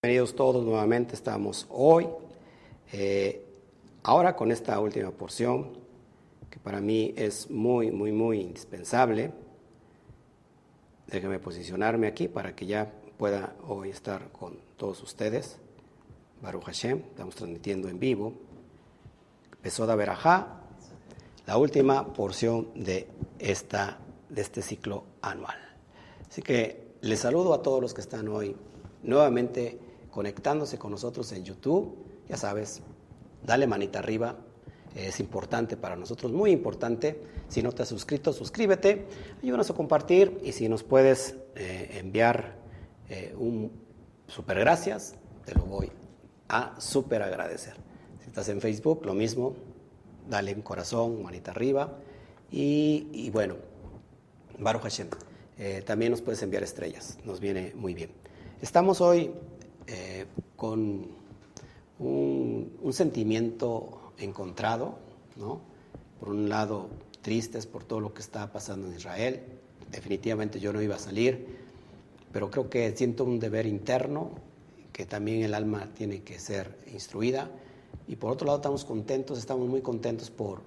Bienvenidos todos nuevamente, estamos hoy, ahora con esta última porción, que para mí es muy indispensable. Déjenme posicionarme aquí para que ya pueda hoy estar con todos ustedes. Baruch Hashem, estamos transmitiendo en vivo. Besoda Berajá, la última porción de este ciclo anual. Así que les saludo a todos los que están hoy nuevamente conectándose con nosotros en YouTube. Ya sabes, dale manita arriba, es importante para nosotros, muy importante. Si no te has suscrito, suscríbete, ayúdanos a compartir, y si nos puedes enviar un super gracias, te lo voy a super agradecer. Si estás en Facebook, lo mismo, dale un corazón, manita arriba, y bueno, Baruch Hashem, también nos puedes enviar estrellas, nos viene muy bien. Estamos hoy con un sentimiento encontrado, ¿no? Por un lado, tristes por todo lo que está pasando en Israel. Definitivamente yo no iba a salir, pero creo que siento un deber interno, que también el alma tiene que ser instruida. Y por otro lado, estamos muy contentos por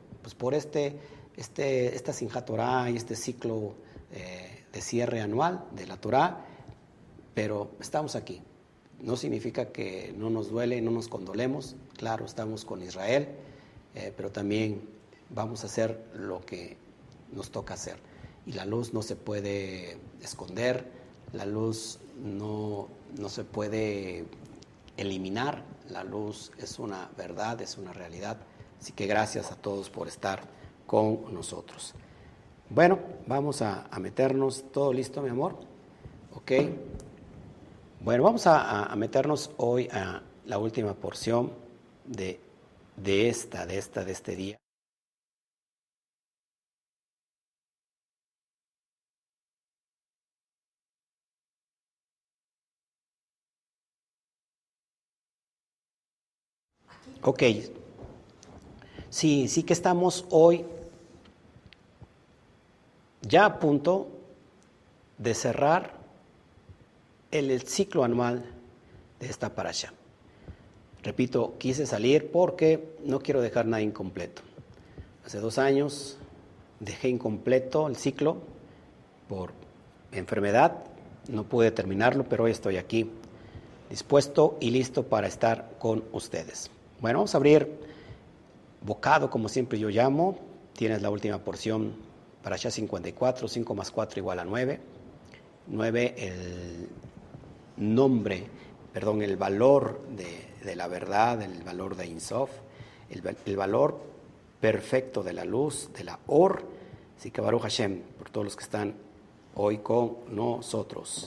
esta Simchat Torah y este ciclo de cierre anual de la Torah. Pero estamos aquí. No significa que no nos duele, no nos condolemos. Claro, estamos con Israel, pero también vamos a hacer lo que nos toca hacer. Y la luz no se puede esconder, la luz no se puede eliminar. La luz es una verdad, es una realidad. Así que gracias a todos por estar con nosotros. Bueno, vamos a meternos. ¿Todo listo, mi amor? Ok. Bueno, vamos a meternos hoy a la última porción de este día. Ok, sí que estamos hoy ya a punto de cerrar el ciclo anual de esta parasha. Repito, quise salir porque no quiero dejar nada incompleto. Hace 2 años dejé incompleto el ciclo por enfermedad, no pude terminarlo, pero hoy estoy aquí, dispuesto y listo para estar con ustedes. Bueno, vamos a abrir bocado, como siempre yo llamo. Tienes la última porción, parasha 54, 5 más 4 igual a 9. 9, el valor de la verdad, el valor de Ein Sof, el valor perfecto de la luz, de la Or. Así que Baruch Hashem, por todos los que están hoy con nosotros.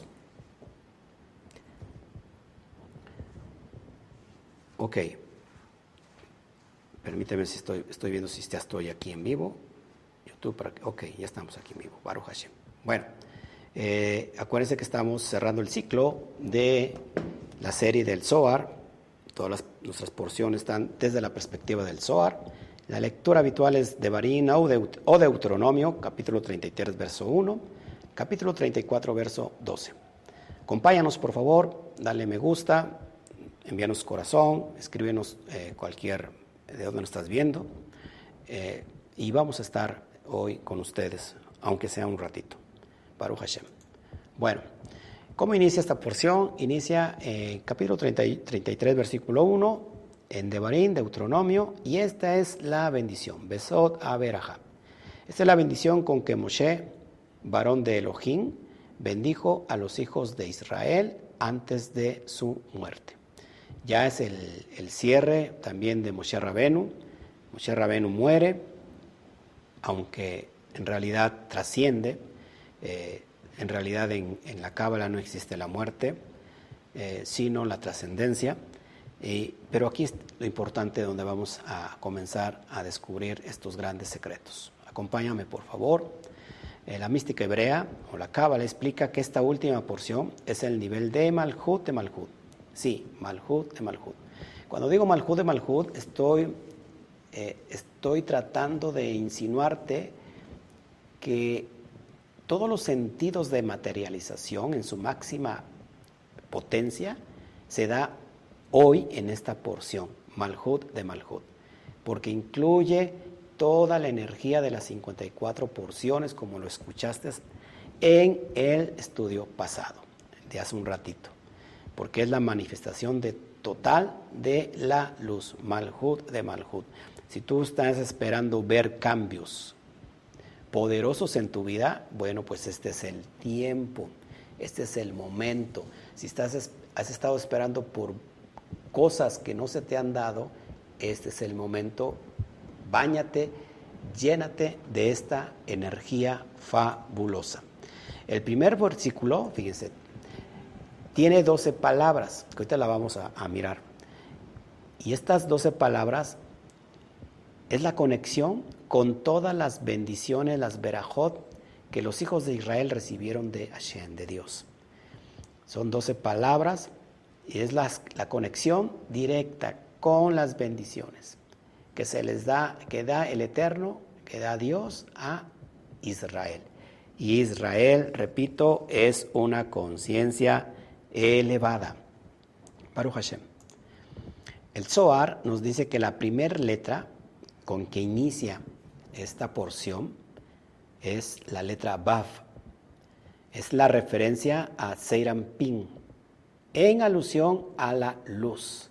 Ok, permíteme si estoy viendo si ya estoy aquí en vivo. YouTube, ok, ya estamos aquí en vivo, Baruch Hashem. Bueno, acuérdense que estamos cerrando el ciclo de la serie del Zohar. Todas nuestras porciones están desde la perspectiva del Zohar. La lectura habitual es Devarim o Deuteronomio, capítulo 33, verso 1, capítulo 34, verso 12. Acompáñanos, por favor, dale me gusta, envíanos corazón, escríbenos de dónde nos estás viendo, y vamos a estar hoy con ustedes, aunque sea un ratito. Baruch Hashem. Bueno, ¿cómo inicia esta porción? Inicia capítulo 33, versículo 1, en Devarim, Deuteronomio, y esta es la bendición, Besod Averajá. Esta es la bendición con que Moshe, varón de Elohim, bendijo a los hijos de Israel antes de su muerte. Ya es el cierre también de Moshe Rabenu. Moshe Rabenu muere, aunque en realidad trasciende. En realidad en la Cábala no existe la muerte, sino la trascendencia. Pero aquí es lo importante, donde vamos a comenzar a descubrir estos grandes secretos. Acompáñame, por favor. La mística hebrea o la Cábala explica que esta última porción es el nivel de Malhut de Malhut. Sí, Malhut de Malhut. Cuando digo Malhut de Malhut, estoy tratando de insinuarte que todos los sentidos de materialización en su máxima potencia se da hoy en esta porción, Malhut de Malhut, porque incluye toda la energía de las 54 porciones, como lo escuchaste en el estudio pasado, de hace un ratito, porque es la manifestación total de la luz, Malhut de Malhut. Si tú estás esperando ver cambios poderosos en tu vida, bueno, pues este es el tiempo, este es el momento. Si has estado esperando por cosas que no se te han dado, este es el momento. Báñate, llénate de esta energía fabulosa. El primer versículo, fíjense, tiene 12 palabras, que ahorita la vamos a mirar. Y estas 12 palabras es la conexión con todas las bendiciones, las berajot, que los hijos de Israel recibieron de Hashem, de Dios. Son 12 palabras y es la conexión directa con las bendiciones que se les da, que da el Eterno, que da Dios a Israel. Y Israel, repito, es una conciencia elevada. Baruch Hashem. El Zohar nos dice que la primera letra con que inicia esta porción es la letra Vav. Es la referencia a Serampín, en alusión a la luz.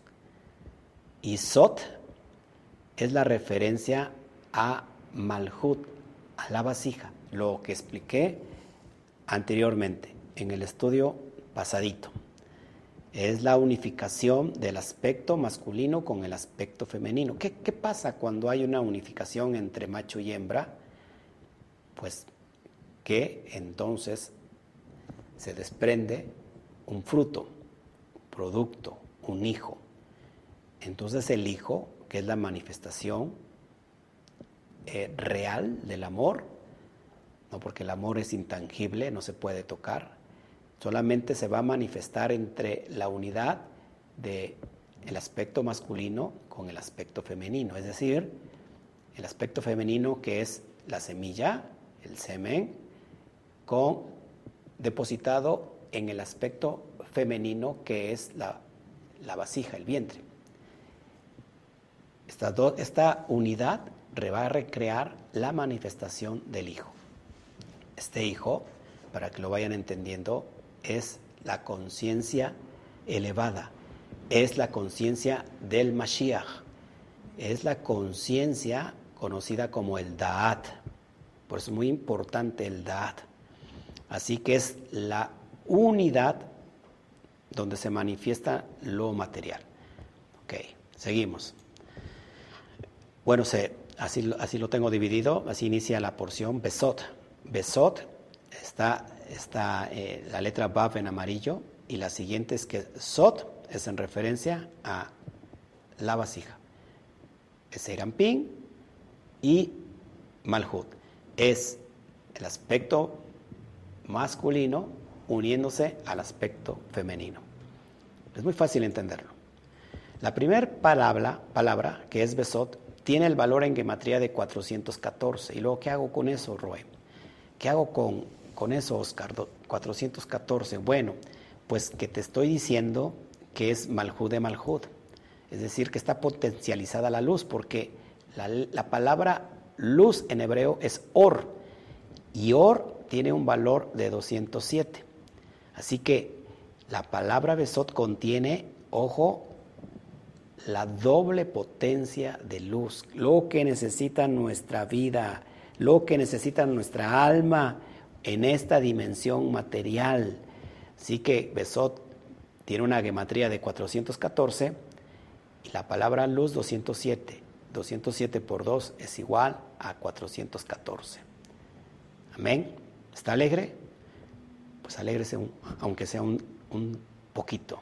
Y Sot es la referencia a Malhut, a la vasija, lo que expliqué anteriormente en el estudio pasadito. Es la unificación del aspecto masculino con el aspecto femenino. ¿Qué pasa cuando hay una unificación entre macho y hembra? Pues que entonces se desprende un fruto, producto, un hijo. Entonces el hijo, que es la manifestación real del amor, no, porque el amor es intangible, no se puede tocar, solamente se va a manifestar entre la unidad del aspecto masculino con el aspecto femenino, es decir, el aspecto femenino que es la semilla, el semen, depositado en el aspecto femenino que es la vasija, el vientre. Esta unidad va a recrear la manifestación del Hijo. Este Hijo, para que lo vayan entendiendo, es la conciencia elevada, es la conciencia del Mashiach, es la conciencia conocida como el Da'at. Por eso es muy importante el Da'at. Así que es la unidad donde se manifiesta lo material. Ok, seguimos. Bueno, así lo tengo dividido, así inicia la porción Besot. Besot está la letra Vav en amarillo y la siguiente es que Sot es en referencia a la vasija. Es Serampín y Malhut. Es el aspecto masculino uniéndose al aspecto femenino. Es muy fácil entenderlo. La primera palabra, que es Besot, tiene el valor en gematría de 414. ¿Y luego qué hago con eso, Roe? ¿Qué hago con eso, Oscar? 414. Bueno, pues que te estoy diciendo que es Malhut de Malhut. Es decir, que está potencializada la luz, porque la palabra luz en hebreo es Or. Y Or tiene un valor de 207. Así que la palabra Besot contiene, ojo, la doble potencia de luz, lo que necesita nuestra vida, lo que necesita nuestra alma en esta dimensión material. Así que Besot tiene una gematría de 414 y la palabra luz 207. 207 por 2 es igual a 414. Amén. ¿Está alegre? Pues alégrese aunque sea un poquito.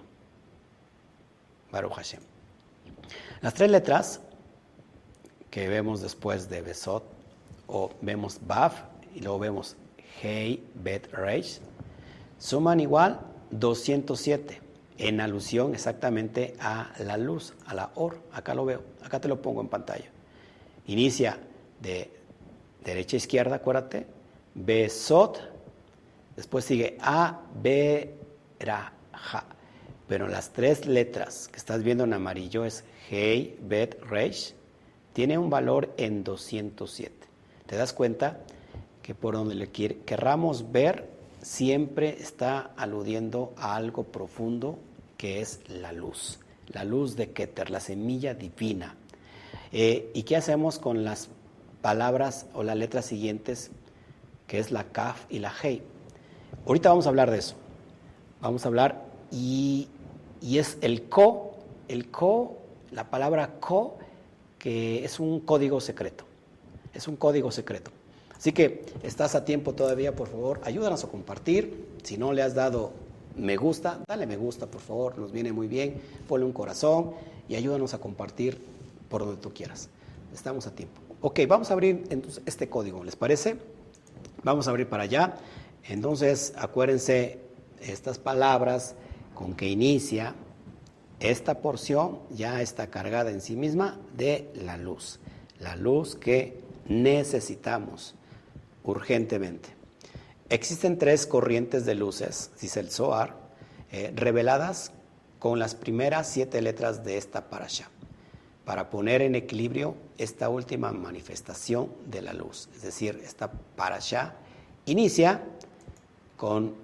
Baruch Hashem. Las tres letras que vemos después de Besot, o vemos Vav y luego vemos Hei, Bet, Reish, suman igual 207, en alusión exactamente a la luz, a la Or. Acá lo veo, acá te lo pongo en pantalla. Inicia de derecha a izquierda, acuérdate, Besot, después sigue A, B, Ra, Ja. pero las 3 letras que estás viendo en amarillo es Hei, Bet, Reish, tiene un valor en 207. ¿Te das cuenta? Que por donde le querramos ver, siempre está aludiendo a algo profundo que es la luz de Keter, la semilla divina. ¿Y qué hacemos con las palabras o las letras siguientes, que es la Kaf y la Hei? Ahorita vamos a hablar de eso. Vamos a hablar y es el Ko, la palabra Ko, que es un código secreto. Es un código secreto. Así que estás a tiempo todavía, por favor, ayúdanos a compartir. Si no le has dado me gusta, dale me gusta, por favor, nos viene muy bien. Ponle un corazón y ayúdanos a compartir por donde tú quieras. Estamos a tiempo. Ok, vamos a abrir entonces este código, ¿les parece? Vamos a abrir para allá. Entonces, acuérdense, estas palabras con que inicia esta porción ya está cargada en sí misma de la luz que necesitamos urgentemente. Existen 3 corrientes de luces, dice el Zohar, reveladas con las primeras 7 letras de esta parasha, para poner en equilibrio esta última manifestación de la luz. Es decir, esta parasha inicia con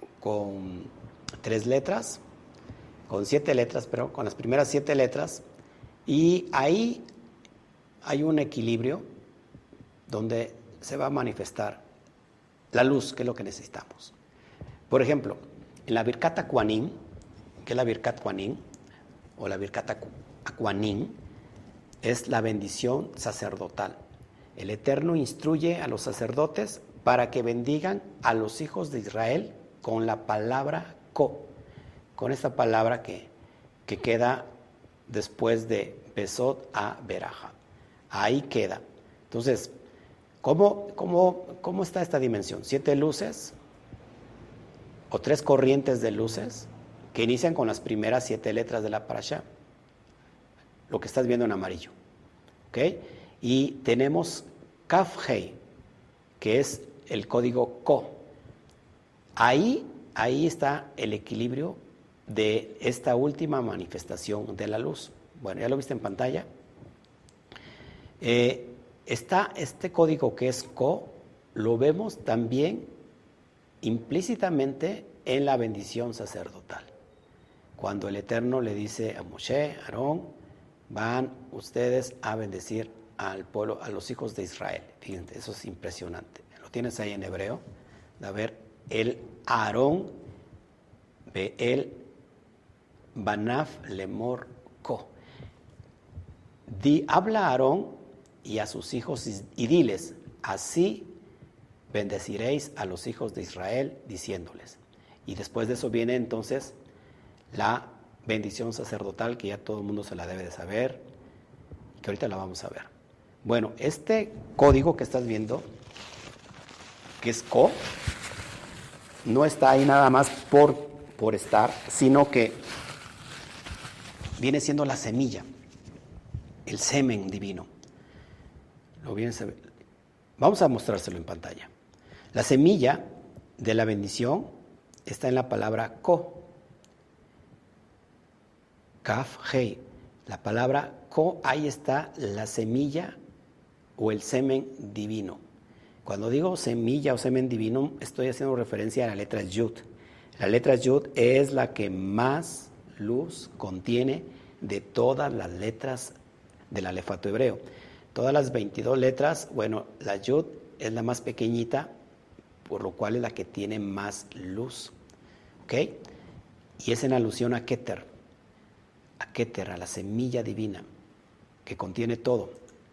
3 letras, con 7 letras, pero con las primeras 7 letras, y ahí hay un equilibrio donde se va a manifestar la luz, que es lo que necesitamos. Por ejemplo, en la Birkat HaKohanim, que es la Birkat Kohanim, o la Birkat HaKohanim, es la bendición sacerdotal. El Eterno instruye a los sacerdotes para que bendigan a los hijos de Israel con la palabra Ko, con esta palabra que queda después de Besot a Beraja. Ahí queda. Entonces, ¿cómo está esta dimensión? 7 luces o 3 corrientes de luces que inician con las primeras 7 letras de la parasha. Lo que estás viendo en amarillo. ¿Ok? Y tenemos Kaf Hei, que es el código Ko. Ahí está el equilibrio de esta última manifestación de la luz. Bueno, ya lo viste en pantalla. Está este código que es Ko, lo vemos también implícitamente en la bendición sacerdotal. Cuando el Eterno le dice a Moshe, Aarón, van ustedes a bendecir al pueblo, a los hijos de Israel. Fíjense, eso es impresionante. Lo tienes ahí en hebreo. A ver, el Aarón, ve el Banaf Lemor Ko. Habla a Aarón y a sus hijos y diles, así bendeciréis a los hijos de Israel, diciéndoles. Y después de eso viene entonces la bendición sacerdotal, que ya todo el mundo se la debe de saber, que ahorita la vamos a ver. Bueno, este código que estás viendo, que es Ko, no está ahí nada más por estar, sino que viene siendo la semilla, el semen divino. Vamos a mostrárselo en pantalla. La semilla de la bendición está en la palabra Ko. Kaf Hei. La palabra Ko, ahí está la semilla o el semen divino. Cuando digo semilla o semen divino, estoy haciendo referencia a la letra Yud. La letra Yud es la que más luz contiene de todas las letras del alefato hebreo. Todas las 22 letras, bueno, la Yud es la más pequeñita, por lo cual es la que tiene más luz. ¿Ok? Y es en alusión a Keter, a la semilla divina, que contiene todo.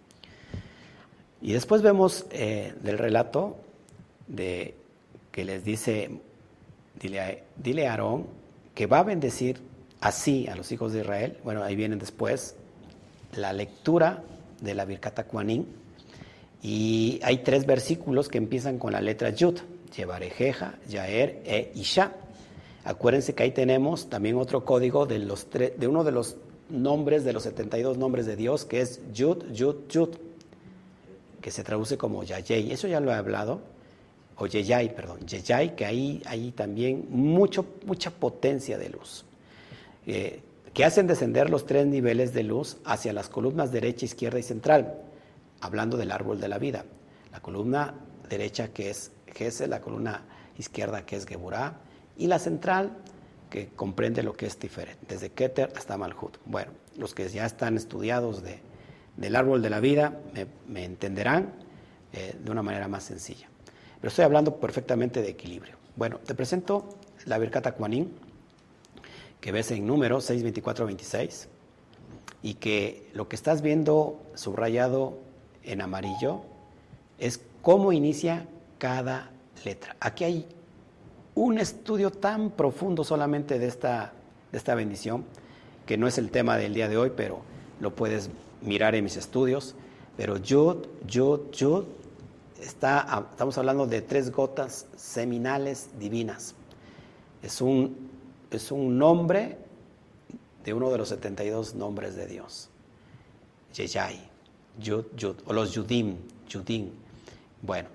Y después vemos del relato que les dice, dile a Aarón que va a bendecir así a los hijos de Israel. Bueno, ahí vienen después la lectura de la Birkat HaKohanim, y hay 3 versículos que empiezan con la letra Yud, Yevarejeja, Yaer e Isha. Acuérdense que ahí tenemos también otro código de uno de los nombres, de los 72 nombres de Dios, que es Yud, Yud, Yud, que se traduce como Yayei. Eso ya lo he hablado, o Yeyai, perdón, Yeyai, que ahí hay también mucha potencia de luz. que hacen descender los 3 niveles de luz hacia las columnas derecha, izquierda y central, hablando del árbol de la vida. La columna derecha, que es Gesed, la columna izquierda, que es Geburah, y la central, que comprende lo que es Tiferet, desde Keter hasta Malhut. Bueno, los que ya están estudiados del árbol de la vida me entenderán de una manera más sencilla. Pero estoy hablando perfectamente de equilibrio. Bueno, te presento la Birkat HaKohanim, que ves en Números 6, 24, 26, y que lo que estás viendo subrayado en amarillo es cómo inicia cada letra. Aquí hay un estudio tan profundo solamente de esta bendición, que no es el tema del día de hoy, pero lo puedes mirar en mis estudios. Pero Yud, estamos hablando de 3 gotas seminales divinas. Es un nombre de uno de los 72 nombres de Dios. Yeyay, Yud, o los Yudim. Bueno,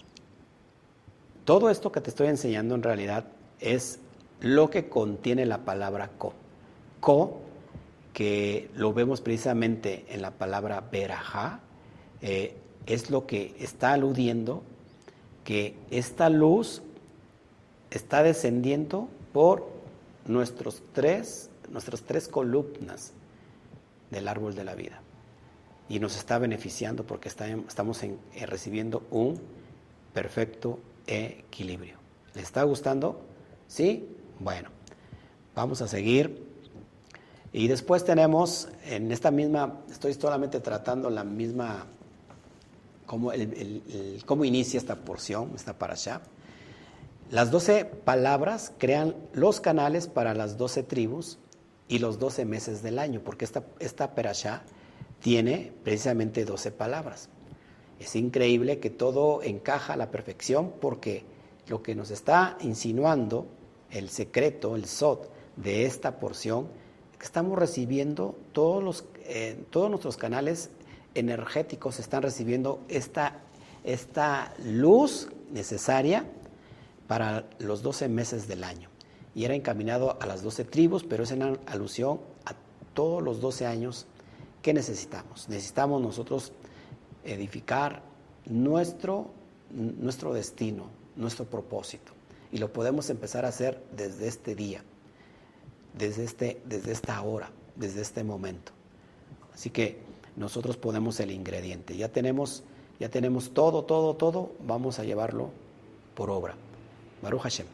todo esto que te estoy enseñando en realidad es lo que contiene la palabra Ko. Ko, que lo vemos precisamente en la palabra Berajá, es lo que está aludiendo que esta luz está descendiendo por nuestras tres columnas del árbol de la vida, y nos está beneficiando porque estamos recibiendo un perfecto equilibrio. ¿Le está gustando? ¿Sí? Bueno, vamos a seguir. Y después tenemos en esta misma, estoy solamente tratando la misma, cómo inicia esta porción, esta parashá. Las 12 palabras crean los canales para las 12 tribus y los 12 meses del año, porque esta parashá tiene precisamente 12 palabras. Es increíble que todo encaja a la perfección, porque lo que nos está insinuando el secreto, el sod de esta porción, es que estamos recibiendo todos nuestros canales energéticos están recibiendo esta luz necesaria para los 12 meses del año. Y era encaminado a las 12 tribus, pero es en alusión a todos los 12 años que necesitamos. Necesitamos nosotros edificar nuestro destino, nuestro propósito. Y lo podemos empezar a hacer desde este día, desde esta hora, desde este momento. Así que nosotros ponemos el ingrediente. Ya tenemos todo, vamos a llevarlo por obra. Baruch Hashem.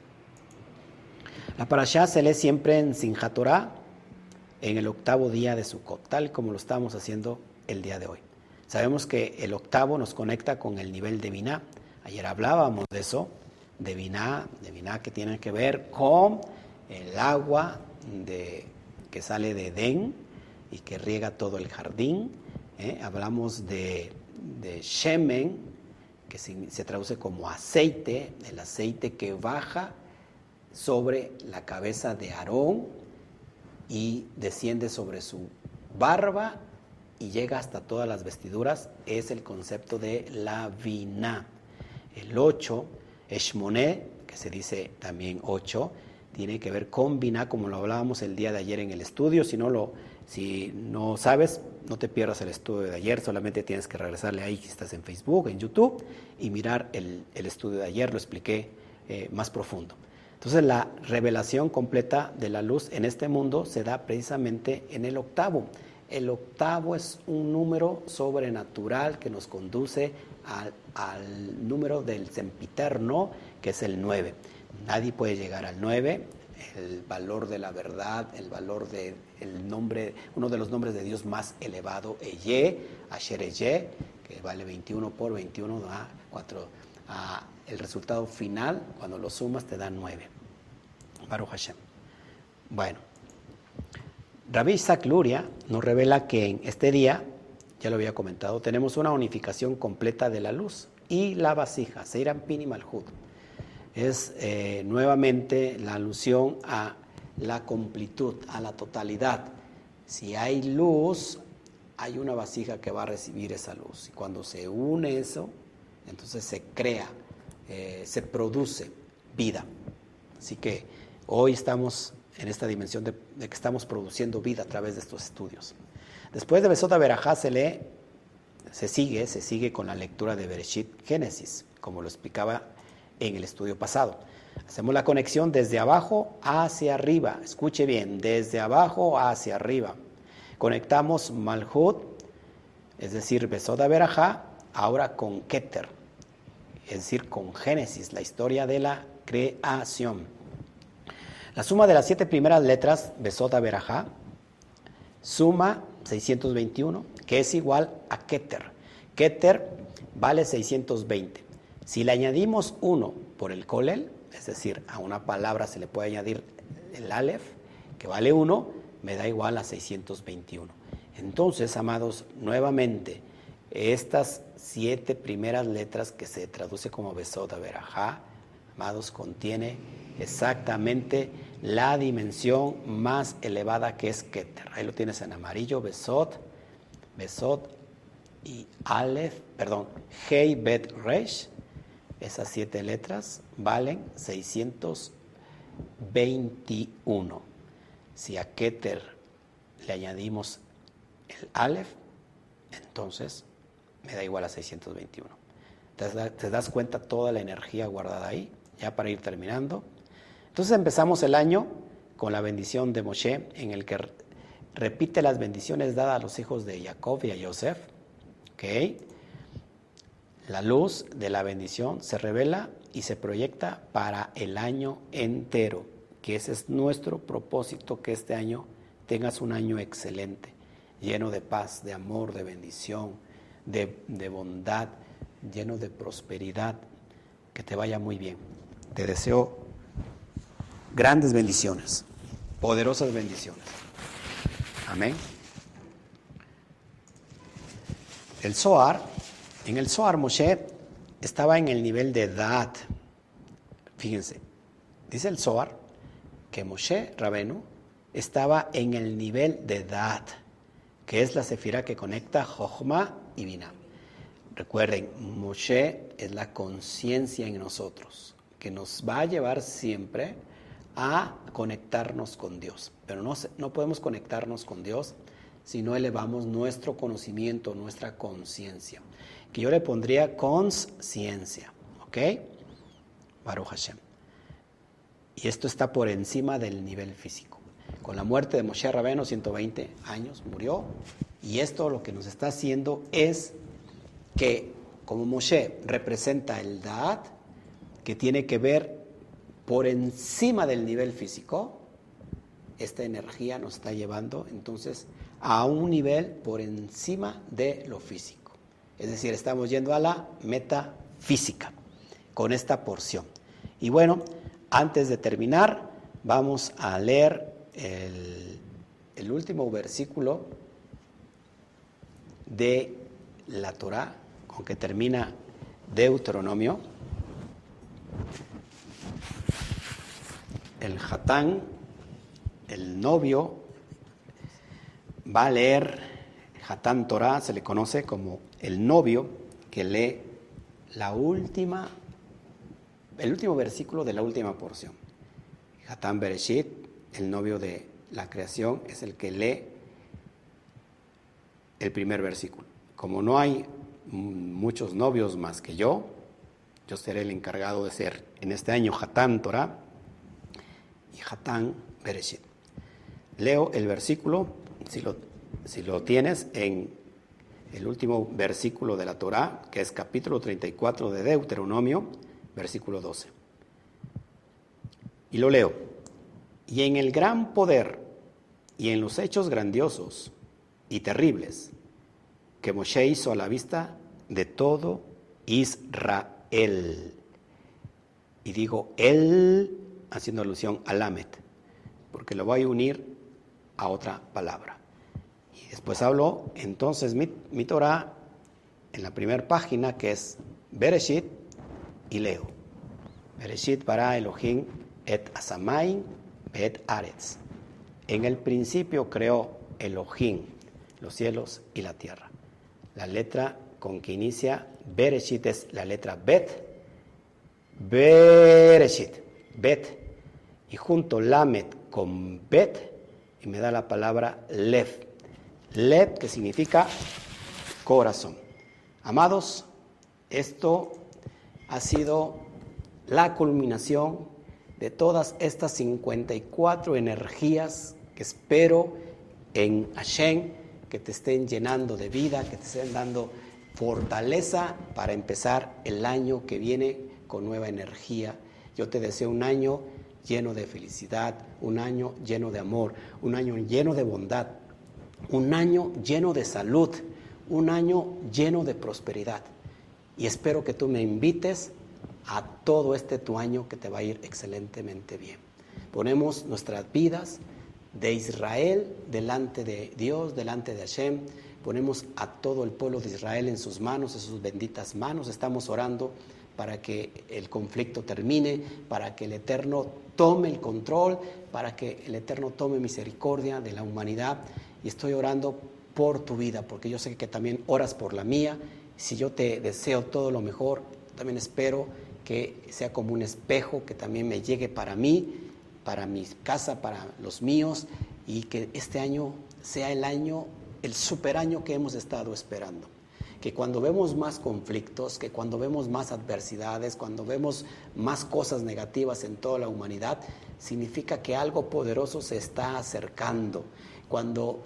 La parashá se lee siempre en Simchat Torah, en el 8º día de Sukkot, tal como lo estamos haciendo el día de hoy. Sabemos que el 8º nos conecta con el nivel de Biná. Ayer hablábamos de eso, de Biná que tiene que ver con el agua que sale de Edén y que riega todo el jardín. Hablamos de Shemen, que se traduce como aceite, el aceite que baja sobre la cabeza de Aarón y desciende sobre su barba y llega hasta todas las vestiduras. Es el concepto de la Biná. El 8, Eshmoné, que se dice también 8, tiene que ver con Biná, como lo hablábamos el día de ayer en el estudio. Si no sabes, no te pierdas el estudio de ayer, solamente tienes que regresarle ahí si estás en Facebook, en YouTube, y mirar el estudio de ayer, lo expliqué más profundo. Entonces la revelación completa de la luz en este mundo se da precisamente en el 8º. El 8º es un número sobrenatural que nos conduce al número del sempiterno, que es el 9. Nadie puede llegar al 9. El valor de la verdad, el valor del nombre, uno de los nombres de Dios más elevado, Eye, Asher Eye, que vale 21 por 21, da 4. El resultado final, cuando lo sumas, te da 9. Baruch Hashem. Bueno, Rabbi Isaac Luria nos revela que en este día, ya lo había comentado, tenemos una unificación completa de la luz y la vasija, Seiram Pin y Malhut. Es nuevamente la alusión a la completud, a la totalidad. Si hay luz, hay una vasija que va a recibir esa luz. Y cuando se une eso, entonces se crea, se produce vida. Así que hoy estamos en esta dimensión de que estamos produciendo vida a través de estos estudios. Después de Besot Berajá se sigue con la lectura de Bereshit Génesis, como lo explicaba en el estudio pasado. Hacemos la conexión desde abajo hacia arriba. Escuche bien, desde abajo hacia arriba. Conectamos Malhut, es decir, Besot Berajá, ahora con Keter, es decir, con Génesis, la historia de la creación. La suma de las 7 primeras letras, Besot Berajá, suma 621, que es igual a Keter. Keter vale 620. Si le añadimos 1 por el Kolel, es decir, a una palabra se le puede añadir el Aleph, que vale 1, me da igual a 621. Entonces, amados, nuevamente, estas 7 primeras letras que se traduce como Besot Berajá, amados, contiene exactamente la dimensión más elevada que es Keter. Ahí lo tienes en amarillo, Besot y Hei Bet Resh. Esas 7 letras valen 621. Si a Keter le añadimos el Aleph, entonces me da igual a 621. ¿Te das cuenta toda la energía guardada ahí? Ya para ir terminando. Entonces empezamos el año con la bendición de Moshe, en el que repite las bendiciones dadas a los hijos de Jacob y a Yosef. ¿Okay? La luz de la bendición se revela y se proyecta para el año entero, que ese es nuestro propósito, que este año tengas un año excelente, lleno de paz, de amor, de bendición, de bondad, lleno de prosperidad, que te vaya muy bien. Te deseo grandes bendiciones, poderosas bendiciones. Amén. El Zohar, en el Zohar Moshe estaba en el nivel de Daat. Fíjense, dice el Zohar que Moshe Rabenu estaba en el nivel de Daat, que es la sefirá que conecta Jochma y Binah. Recuerden, Moshe es la conciencia en nosotros, que nos va a llevar siempre a conectarnos con Dios. Pero no podemos conectarnos con Dios si no elevamos nuestro conocimiento, nuestra conciencia, que yo le pondría consciencia, ¿ok? Baruch Hashem. Y esto está por encima del nivel físico. Con la muerte de Moshe Rabbeinu, 120 años, murió, y esto lo que nos está haciendo es que, como Moshe representa el Da'at, que tiene que ver por encima del nivel físico, esta energía nos está llevando entonces a un nivel por encima de lo físico. Es decir, estamos yendo a la metafísica con esta porción. Y bueno, antes de terminar, vamos a leer el último versículo de la Torá, con que termina Deuteronomio. El Hatán, el novio, va a leer Hatán Torá, se le conoce como el novio que lee el último versículo de la última porción. Hatán Bereshit, el novio de la creación, es el que lee el primer versículo. Como no hay muchos novios más que yo seré el encargado de ser en este año Hatán Torá y Hatán Bereshit. Leo el versículo, si lo tienes, en el último versículo de la Torá, que es capítulo 34 de Deuteronomio, versículo 12. Y lo leo. Y en el gran poder y en los hechos grandiosos y terribles que Moshe hizo a la vista de todo Israel. Y digo él, haciendo alusión a Lamet, porque lo voy a unir a otra palabra. Y después hablo, entonces, mi Torah, en la primera página, que es Bereshit, y leo. Bereshit bara Elohim et asamayim et aretz. En el principio creó Elohim los cielos y la tierra. La letra con que inicia Bereshit es la letra Bet. Bereshit, Bet. Y junto Lamet con Bet y me da la palabra Lev. Lev, que significa corazón. Amados, esto ha sido la culminación de todas estas 54 energías que espero en Hashem, que te estén llenando de vida, que te estén dando fortaleza para empezar el año que viene con nueva energía. Yo te deseo un año lleno de felicidad, un año lleno de amor, un año lleno de bondad, un año lleno de salud, un año lleno de prosperidad. Y espero que tú me invites a todo tu año, que te va a ir excelentemente bien. Ponemos nuestras vidas de Israel delante de Dios, delante de Hashem. Ponemos a todo el pueblo de Israel en sus manos, en sus benditas manos. Estamos orando para que el conflicto termine, para que el Eterno tome el control, para que el Eterno tome misericordia de la humanidad. Y estoy orando por tu vida, porque yo sé que también oras por la mía. Si yo te deseo todo lo mejor, también espero que sea como un espejo, que también me llegue para mí, para mi casa, para los míos, y que este año sea el año, el super año que hemos estado esperando. Que cuando vemos más conflictos, que cuando vemos más adversidades, cuando vemos más cosas negativas en toda la humanidad, significa que algo poderoso se está acercando. Cuando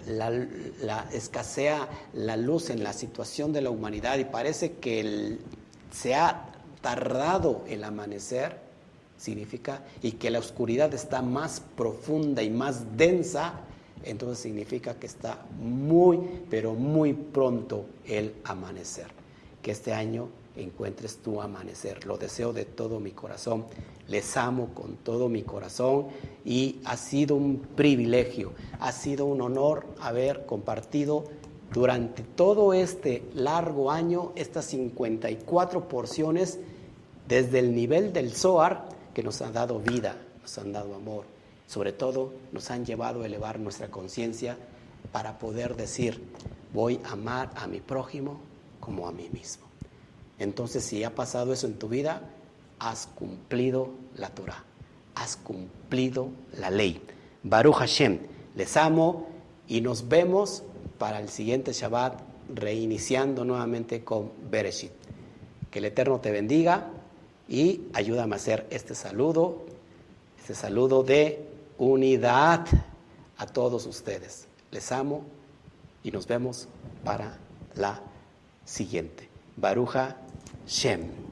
escasea la luz en la situación de la humanidad y parece que se ha tardado el amanecer, significa, y que la oscuridad está más profunda y más densa, entonces significa que está muy, pero muy pronto el amanecer. Que este año encuentres tu amanecer. Lo deseo de todo mi corazón. Les amo con todo mi corazón y ha sido un privilegio, ha sido un honor haber compartido durante todo este largo año estas 54 porciones desde el nivel del Zohar, que nos han dado vida, nos han dado amor. Sobre todo nos han llevado a elevar nuestra conciencia para poder decir, voy a amar a mi prójimo como a mí mismo. Entonces, si ha pasado eso en tu vida, has cumplido la Torah, has cumplido la ley. Baruch Hashem, les amo y nos vemos para el siguiente Shabbat, reiniciando nuevamente con Bereshit. Que el Eterno te bendiga y ayúdame a hacer este saludo de unidad a todos ustedes. Les amo y nos vemos para la siguiente. Baruch Hashem.